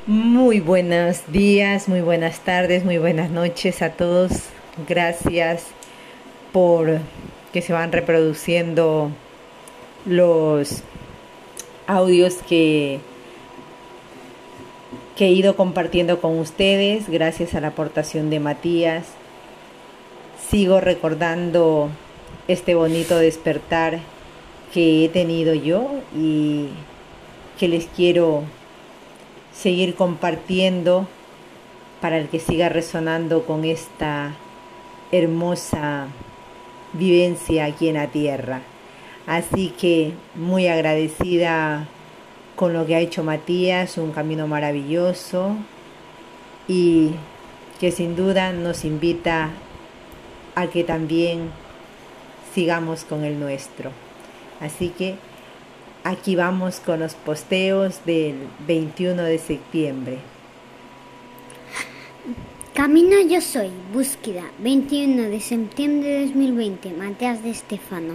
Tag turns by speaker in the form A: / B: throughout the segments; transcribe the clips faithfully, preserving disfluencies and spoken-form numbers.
A: Muy buenos días, muy buenas tardes, muy buenas noches a todos. Gracias por que se van reproduciendo los audios que, que he ido compartiendo con ustedes. Gracias a la aportación de Matías. Sigo recordando este bonito despertar que he tenido yo y que les quiero seguir compartiendo para el que siga resonando con esta hermosa vivencia aquí en la tierra. Así que muy agradecida con lo que ha hecho Matías, un camino maravilloso y que sin duda nos invita a que también sigamos con el nuestro. Así que aquí vamos con los posteos del veintiuno de septiembre.
B: Camino yo soy, búsqueda, veintiuno de septiembre de dos mil veinte, Matías de Estefano.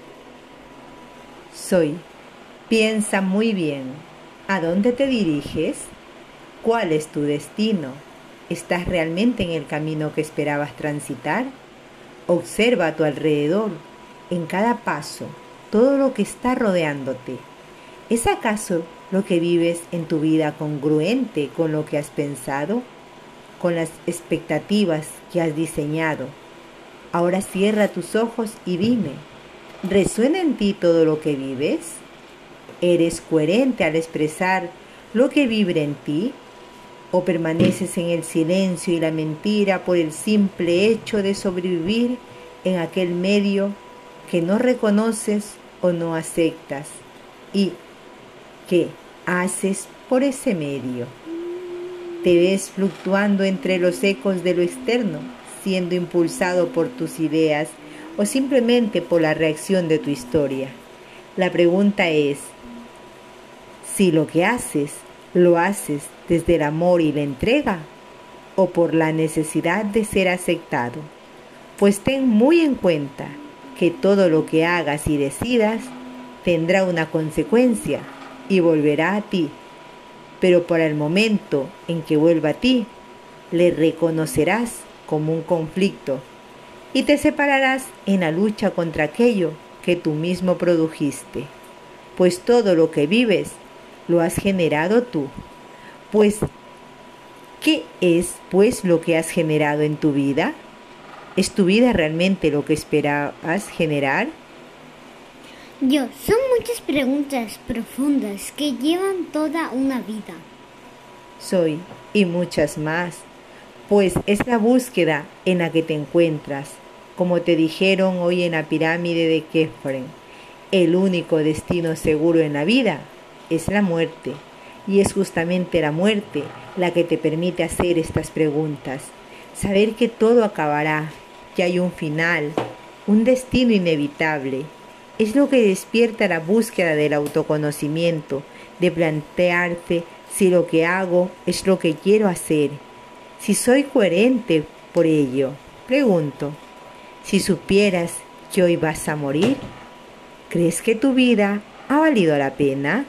A: Soy, piensa muy bien, ¿a dónde te diriges? ¿Cuál es tu destino? ¿Estás realmente en el camino que esperabas transitar? Observa a tu alrededor, en cada paso, todo lo que está rodeándote. ¿Es acaso lo que vives en tu vida congruente con lo que has pensado, con las expectativas que has diseñado? Ahora cierra tus ojos y dime, ¿resuena en ti todo lo que vives? ¿Eres coherente al expresar lo que vibra en ti? ¿O permaneces en el silencio y la mentira por el simple hecho de sobrevivir en aquel medio que no reconoces o no aceptas? ¿Y qué haces por ese medio? ¿Te ves fluctuando entre los ecos de lo externo, siendo impulsado por tus ideas o simplemente por la reacción de tu historia? La pregunta es, si lo que haces, lo haces desde el amor y la entrega o por la necesidad de ser aceptado. Pues ten muy en cuenta que todo lo que hagas y decidas tendrá una consecuencia y volverá a ti. Pero por el momento en que vuelva a ti, le reconocerás como un conflicto y te separarás en la lucha contra aquello que tú mismo produjiste. Pues todo lo que vives lo has generado tú. Pues, ¿qué es pues lo que has generado en tu vida? ¿Es tu vida realmente lo que esperabas generar?
B: Yo, son muchas preguntas profundas que llevan toda una vida.
A: Soy, y muchas más, pues es la búsqueda en la que te encuentras, como te dijeron hoy en la pirámide de Kefren. El único destino seguro en la vida es la muerte, y es justamente la muerte la que te permite hacer estas preguntas, saber que todo acabará, que hay un final, un destino inevitable. Es lo que despierta la búsqueda del autoconocimiento, de plantearte si lo que hago es lo que quiero hacer, si soy coherente por ello. Pregunto, si supieras que hoy vas a morir, ¿crees que tu vida ha valido la pena?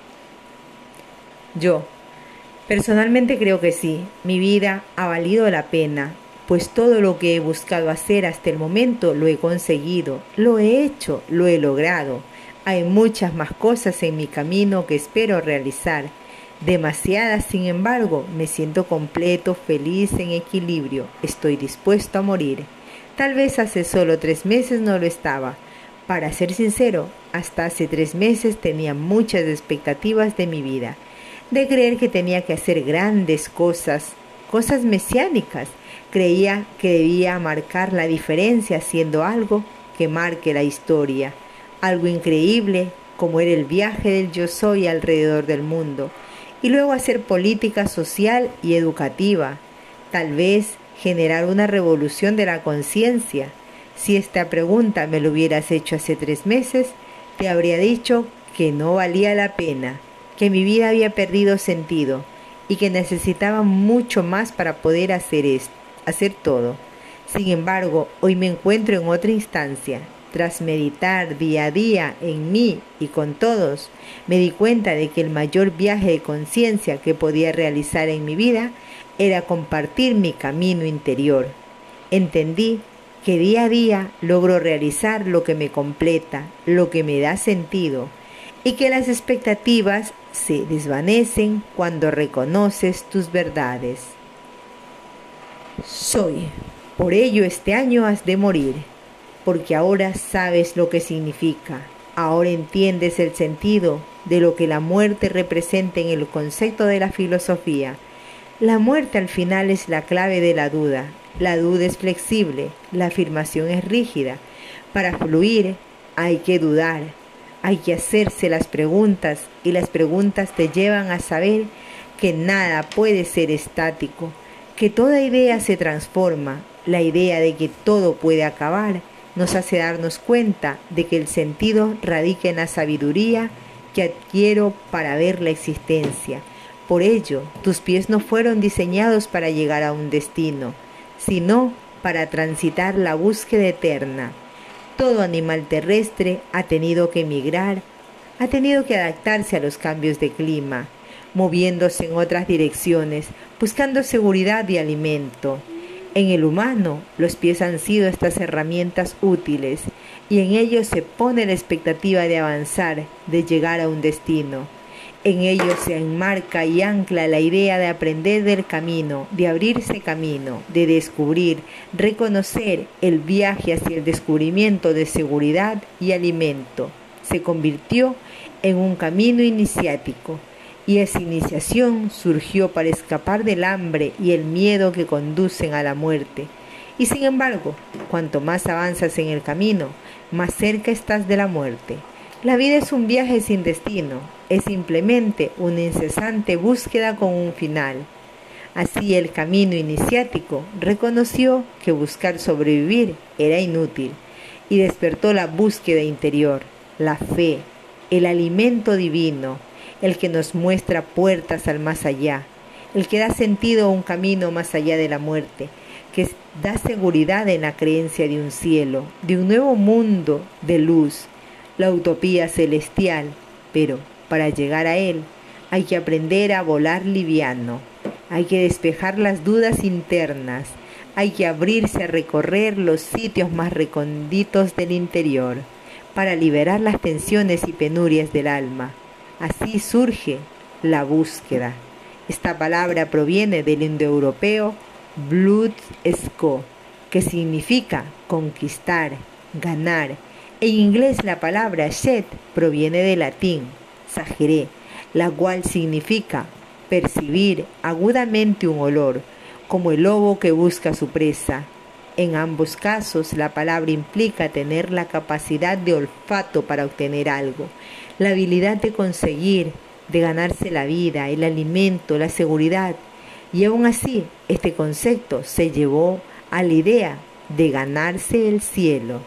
A: Yo, personalmente creo que sí, mi vida ha valido la pena, pues todo lo que he buscado hacer hasta el momento lo he conseguido, lo he hecho, lo he logrado. Hay muchas más cosas en mi camino que espero realizar. Demasiadas, sin embargo, me siento completo, feliz, en equilibrio. Estoy dispuesto a morir. Tal vez hace solo tres meses no lo estaba. Para ser sincero, hasta hace tres meses tenía muchas expectativas de mi vida, de creer que tenía que hacer grandes cosas, cosas mesiánicas. Creía que debía marcar la diferencia haciendo algo que marque la historia, algo increíble como era el viaje del yo soy alrededor del mundo, y luego hacer política social y educativa, tal vez generar una revolución de la conciencia. Si esta pregunta me lo hubieras hecho hace tres meses, te habría dicho que no valía la pena, que mi vida había perdido sentido y que necesitaba mucho más para poder hacer esto, hacer todo. Sin embargo, hoy me encuentro en otra instancia tras meditar día a día en mí y con todos, me di cuenta de que el mayor viaje de conciencia que podía realizar en mi vida era compartir mi camino interior. Entendí que día a día logro realizar lo que me completa, lo que me da sentido, y que las expectativas se desvanecen cuando reconoces tus verdades. Soy. Por ello este año has de morir, porque ahora sabes lo que significa, ahora entiendes el sentido de lo que la muerte representa en el concepto de la filosofía. La muerte al final es la clave de la duda, la duda es flexible, la afirmación es rígida. Para fluir hay que dudar, hay que hacerse las preguntas y las preguntas te llevan a saber que nada puede ser estático, que toda idea se transforma. La idea de que todo puede acabar nos hace darnos cuenta de que el sentido radica en la sabiduría que adquiero para ver la existencia. Por ello, tus pies no fueron diseñados para llegar a un destino, sino para transitar la búsqueda eterna. Todo animal terrestre ha tenido que migrar, ha tenido que adaptarse a los cambios de clima, moviéndose en otras direcciones, buscando seguridad y alimento. En el humano, los pies han sido estas herramientas útiles y en ellos se pone la expectativa de avanzar, de llegar a un destino. En ellos se enmarca y ancla la idea de aprender del camino, de abrirse camino, de descubrir, reconocer el viaje hacia el descubrimiento de seguridad y alimento. Se convirtió en un camino iniciático. Y esa iniciación surgió para escapar del hambre y el miedo que conducen a la muerte. Y sin embargo, cuanto más avanzas en el camino, más cerca estás de la muerte. La vida es un viaje sin destino, es simplemente una incesante búsqueda con un final. Así el camino iniciático reconoció que buscar sobrevivir era inútil y despertó la búsqueda interior, la fe, el alimento divino, el que nos muestra puertas al más allá, el que da sentido a un camino más allá de la muerte, que da seguridad en la creencia de un cielo, de un nuevo mundo de luz, la utopía celestial. Pero para llegar a él hay que aprender a volar liviano, hay que despejar las dudas internas, hay que abrirse a recorrer los sitios más recónditos del interior, para liberar las tensiones y penurias del alma. Así surge la búsqueda. Esta palabra proviene del indoeuropeo bludsko, que significa conquistar, ganar. En inglés la palabra shed proviene del latín sagere, la cual significa percibir agudamente un olor, como el lobo que busca su presa. En ambos casos la palabra implica tener la capacidad de olfato para obtener algo, la habilidad de conseguir, de ganarse la vida, el alimento, la seguridad. Y aún así, este concepto se llevó a la idea de ganarse el cielo.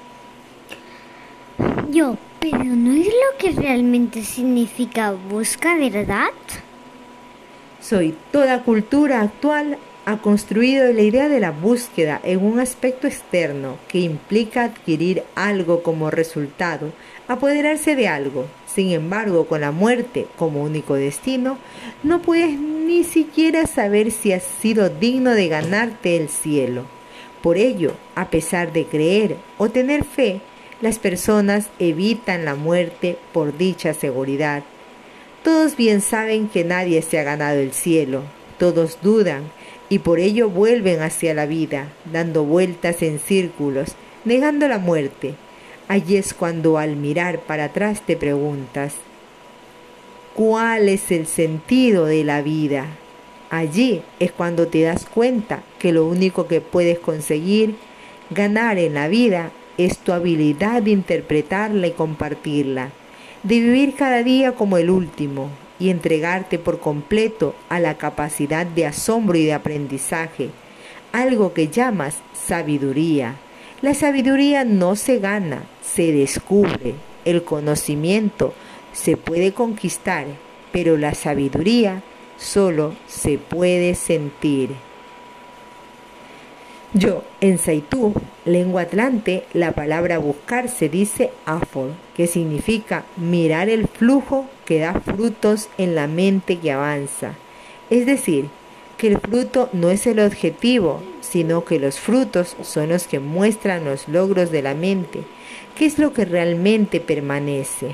B: Yo, pero ¿no es lo que realmente significa busca verdad?
A: Soy toda cultura actual ha construido la idea de la búsqueda en un aspecto externo que implica adquirir algo como resultado, apoderarse de algo. Sin embargo, con la muerte como único destino, no puedes ni siquiera saber si has sido digno de ganarte el cielo. Por ello, a pesar de creer o tener fe, las personas evitan la muerte por dicha seguridad. Todos bien saben que nadie se ha ganado el cielo, todos dudan y por ello vuelven hacia la vida, dando vueltas en círculos, negando la muerte. Allí es cuando al mirar para atrás te preguntas, ¿cuál es el sentido de la vida? Allí es cuando te das cuenta que lo único que puedes conseguir, ganar en la vida, es tu habilidad de interpretarla y compartirla, de vivir cada día como el último y entregarte por completo a la capacidad de asombro y de aprendizaje, algo que llamas sabiduría. La sabiduría no se gana, se descubre. El conocimiento se puede conquistar, pero la sabiduría solo se puede sentir. Yo, en Saitú, lengua atlante, la palabra buscar se dice afol, que significa mirar el flujo que da frutos en la mente que avanza. Es decir, que el fruto no es el objetivo, sino que los frutos son los que muestran los logros de la mente, que es lo que realmente permanece.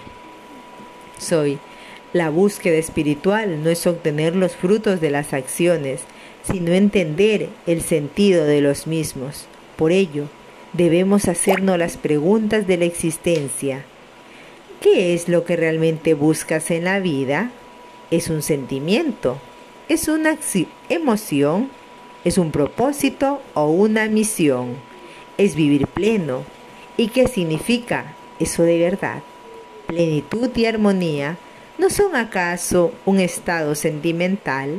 A: Soy. La búsqueda espiritual no es obtener los frutos de las acciones, sino entender el sentido de los mismos. Por ello, debemos hacernos las preguntas de la existencia. ¿Qué es lo que realmente buscas en la vida? ¿Es un sentimiento? ¿Es una emoción? ¿Es un propósito o una misión? ¿Es vivir pleno? ¿Y qué significa eso de verdad? Plenitud y armonía, ¿no son acaso un estado sentimental?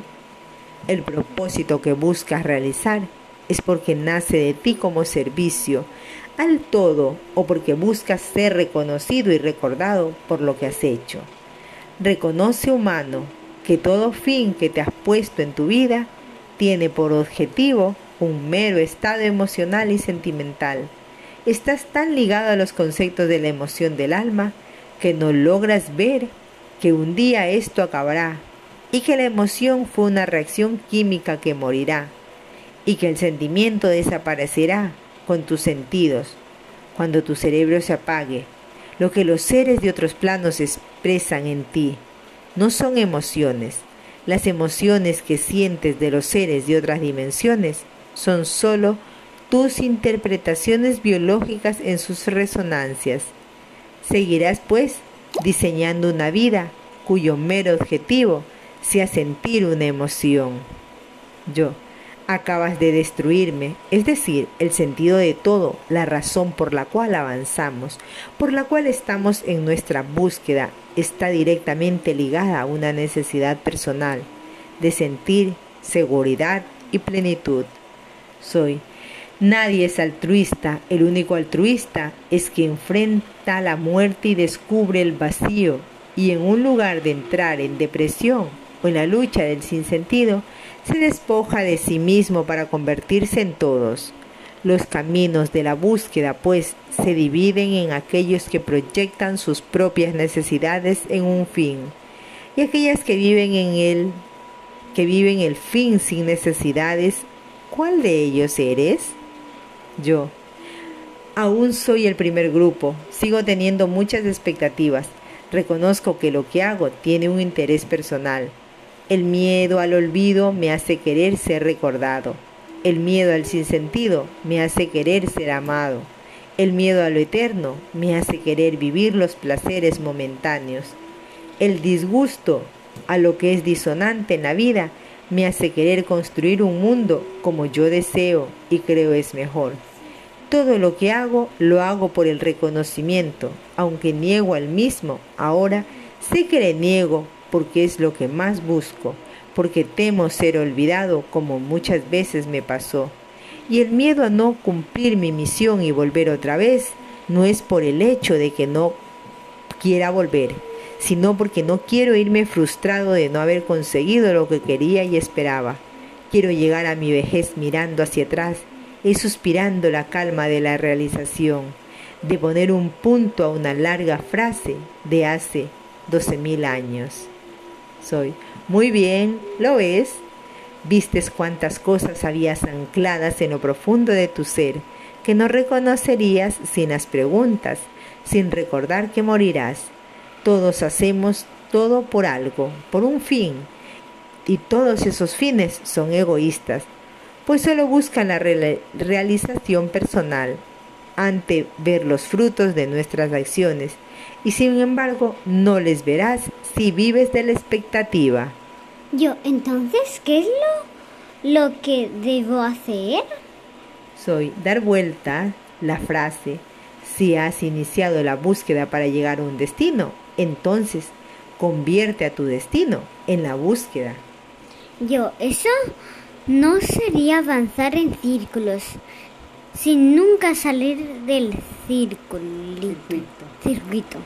A: El propósito que buscas realizar es porque nace de ti como servicio al todo o porque buscas ser reconocido y recordado por lo que has hecho. Reconoce, humano, que todo fin que te has puesto en tu vida tiene por objetivo un mero estado emocional y sentimental. Estás tan ligado a los conceptos de la emoción del alma que no logras ver que un día esto acabará y que la emoción fue una reacción química que morirá y que el sentimiento desaparecerá con tus sentidos cuando tu cerebro se apague. Lo que los seres de otros planos expresan en ti no son emociones. Las emociones que sientes de los seres de otras dimensiones son solo tus interpretaciones biológicas en sus resonancias. Seguirás, pues, diseñando una vida cuyo mero objetivo sea sentir una emoción. Yo, acabas de destruirme, es decir, el sentido de todo, la razón por la cual avanzamos, por la cual estamos en nuestra búsqueda, está directamente ligada a una necesidad personal de sentir seguridad y plenitud. Soy. Nadie es altruista, el único altruista es quien enfrenta la muerte y descubre el vacío, y en un lugar de entrar en depresión o en la lucha del sinsentido, se despoja de sí mismo para convertirse en todos. Los caminos de la búsqueda, pues, se dividen en aquellos que proyectan sus propias necesidades en un fin, y aquellas que viven en él, que viven el fin sin necesidades. ¿Cuál de ellos eres? Yo. Aún soy el primer grupo, sigo teniendo muchas expectativas. Reconozco que lo que hago tiene un interés personal. El miedo al olvido me hace querer ser recordado. El miedo al sinsentido me hace querer ser amado. El miedo a lo eterno me hace querer vivir los placeres momentáneos. El disgusto a lo que es disonante en la vida me hace querer construir un mundo como yo deseo y creo es mejor. Todo lo que hago, lo hago por el reconocimiento, aunque niego al mismo. Ahora sé que le niego porque es lo que más busco, porque temo ser olvidado como muchas veces me pasó. Y el miedo a no cumplir mi misión y volver otra vez no es por el hecho de que no quiera volver, sino porque no quiero irme frustrado de no haber conseguido lo que quería y esperaba. Quiero llegar a mi vejez mirando hacia atrás y suspirando la calma de la realización, de poner un punto a una larga frase de hace doce mil años. Soy. Muy bien, ¿lo ves? Vistes cuántas cosas habías ancladas en lo profundo de tu ser, que no reconocerías sin las preguntas, sin recordar que morirás. Todos hacemos todo por algo, por un fin, y todos esos fines son egoístas, pues solo buscan la re- realización personal ante ver los frutos de nuestras acciones, y sin embargo no les verás si vives de la expectativa.
B: Yo, entonces, ¿qué es lo, lo que debo hacer?
A: Soy dar vuelta la frase. Si has iniciado la búsqueda para llegar a un destino, entonces convierte a tu destino en la búsqueda.
B: Yo, eso no sería avanzar en círculos, sin nunca salir del circulito, circuito.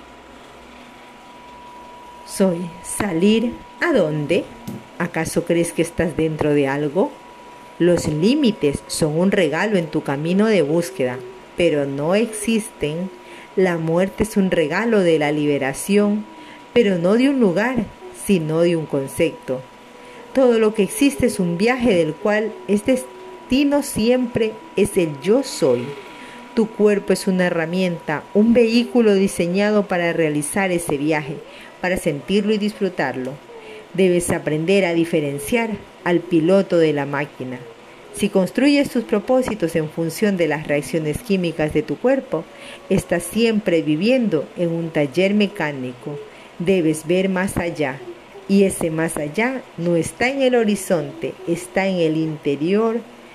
A: Soy salir ¿a dónde? ¿Acaso crees que estás dentro de algo? Los límites son un regalo en tu camino de búsqueda, pero no existen. La muerte es un regalo de la liberación, pero no de un lugar, sino de un concepto. Todo lo que existe es un viaje del cual es destino siempre es el yo soy. Tu cuerpo es una herramienta, un vehículo diseñado para realizar ese viaje, para sentirlo y disfrutarlo. Debes aprender a diferenciar al piloto de la máquina. Si construyes tus propósitos en función de las reacciones químicas de tu cuerpo, estás siempre viviendo en un taller mecánico. Debes ver más allá, y ese más allá no está en el horizonte, está en el interior,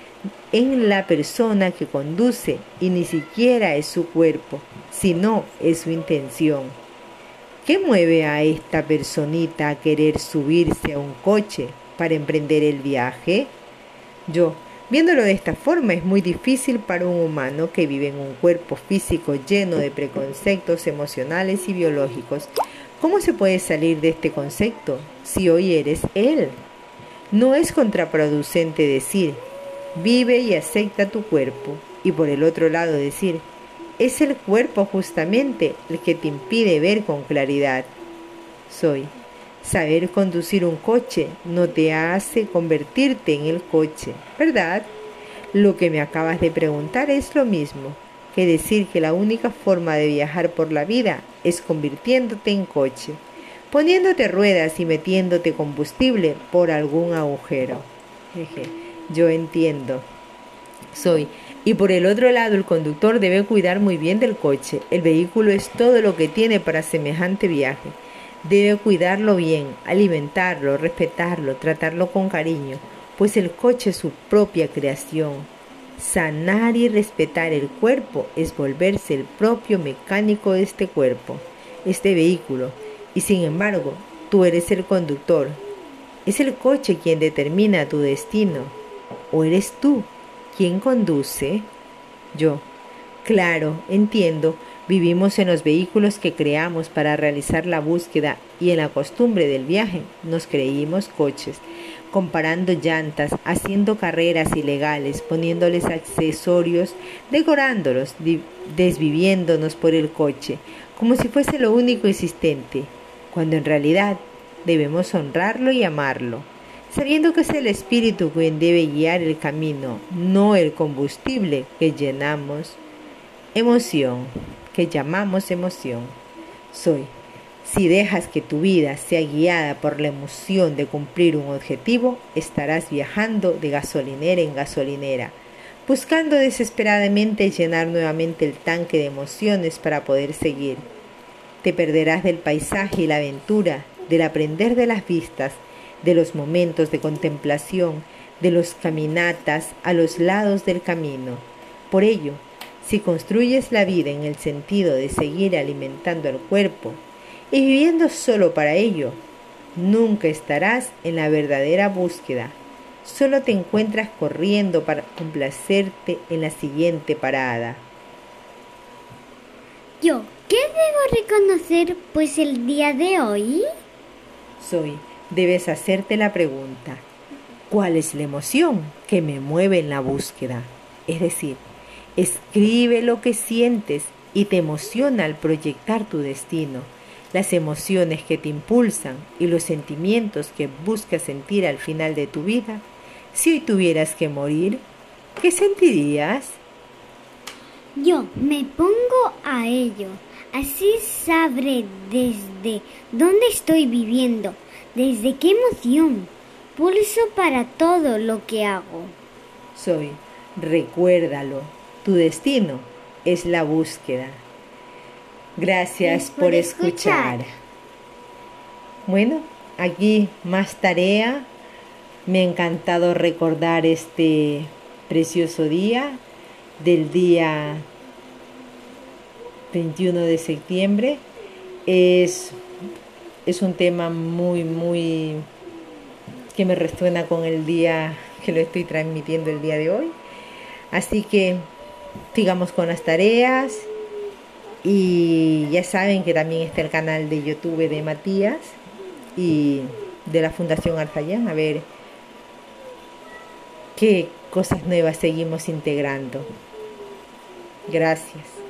A: en la persona que conduce, y ni siquiera es su cuerpo, sino es su intención. ¿Qué mueve a esta personita a querer subirse a un coche para emprender el viaje? Yo, viéndolo de esta forma, es muy difícil para un humano que vive en un cuerpo físico lleno de preconceptos emocionales y biológicos. ¿Cómo se puede salir de este concepto si hoy eres él? No es contraproducente decir, vive y acepta tu cuerpo, y por el otro lado decir, es el cuerpo justamente el que te impide ver con claridad. Soy. Saber conducir un coche no te hace convertirte en el coche, ¿verdad? Lo que me acabas de preguntar es lo mismo que decir que la única forma de viajar por la vida es convirtiéndote en coche, poniéndote ruedas y metiéndote combustible por algún agujero. Jeje, yo entiendo. Soy. Y por el otro lado, el conductor debe cuidar muy bien del coche. El vehículo es todo lo que tiene para semejante viaje. Debe cuidarlo bien, alimentarlo, respetarlo, tratarlo con cariño, pues el coche es su propia creación. Sanar y respetar el cuerpo es volverse el propio mecánico de este cuerpo, este vehículo, y sin embargo, tú eres el conductor. ¿Es el coche quien determina tu destino? ¿O eres tú quien conduce? Yo. Claro, entiendo. Vivimos en los vehículos que creamos para realizar la búsqueda y en la costumbre del viaje nos creímos coches, comparando llantas, haciendo carreras ilegales, poniéndoles accesorios, decorándolos, desviviéndonos por el coche, como si fuese lo único existente, cuando en realidad debemos honrarlo y amarlo, sabiendo que es el espíritu quien debe guiar el camino, no el combustible que llenamos. Emoción, que llamamos emoción. Soy. Si dejas que tu vida sea guiada por la emoción de cumplir un objetivo, estarás viajando de gasolinera en gasolinera, buscando desesperadamente llenar nuevamente el tanque de emociones para poder seguir. Te perderás del paisaje y la aventura, del aprender de las vistas, de los momentos de contemplación, de los caminatas a los lados del camino. Por ello, si construyes la vida en el sentido de seguir alimentando al cuerpo y viviendo solo para ello, nunca estarás en la verdadera búsqueda. Solo te encuentras corriendo para complacerte en la siguiente parada.
B: Yo, ¿qué debo reconocer pues el día de hoy?
A: Soy. Debes hacerte la pregunta, ¿cuál es la emoción que me mueve en la búsqueda? Es decir, escribe lo que sientes y te emociona al proyectar tu destino, las emociones que te impulsan y los sentimientos que buscas sentir al final de tu vida. Si hoy tuvieras que morir, ¿qué sentirías?
B: Yo me pongo a ello, así sabré desde dónde estoy viviendo, desde qué emoción, pulso para todo lo que hago.
A: Soy, recuérdalo. Tu destino es la búsqueda. Gracias por, por escuchar. escuchar. Bueno, aquí más tarea. Me ha encantado recordar este precioso día del día veintiuno de septiembre. Es, es un tema muy, muy que me resuena con el día que lo estoy transmitiendo el día de hoy. Así que sigamos con las tareas y ya saben que también está el canal de YouTube de Matías y de la Fundación Arzayán. A ver, ¿Qué cosas nuevas seguimos integrando? Gracias.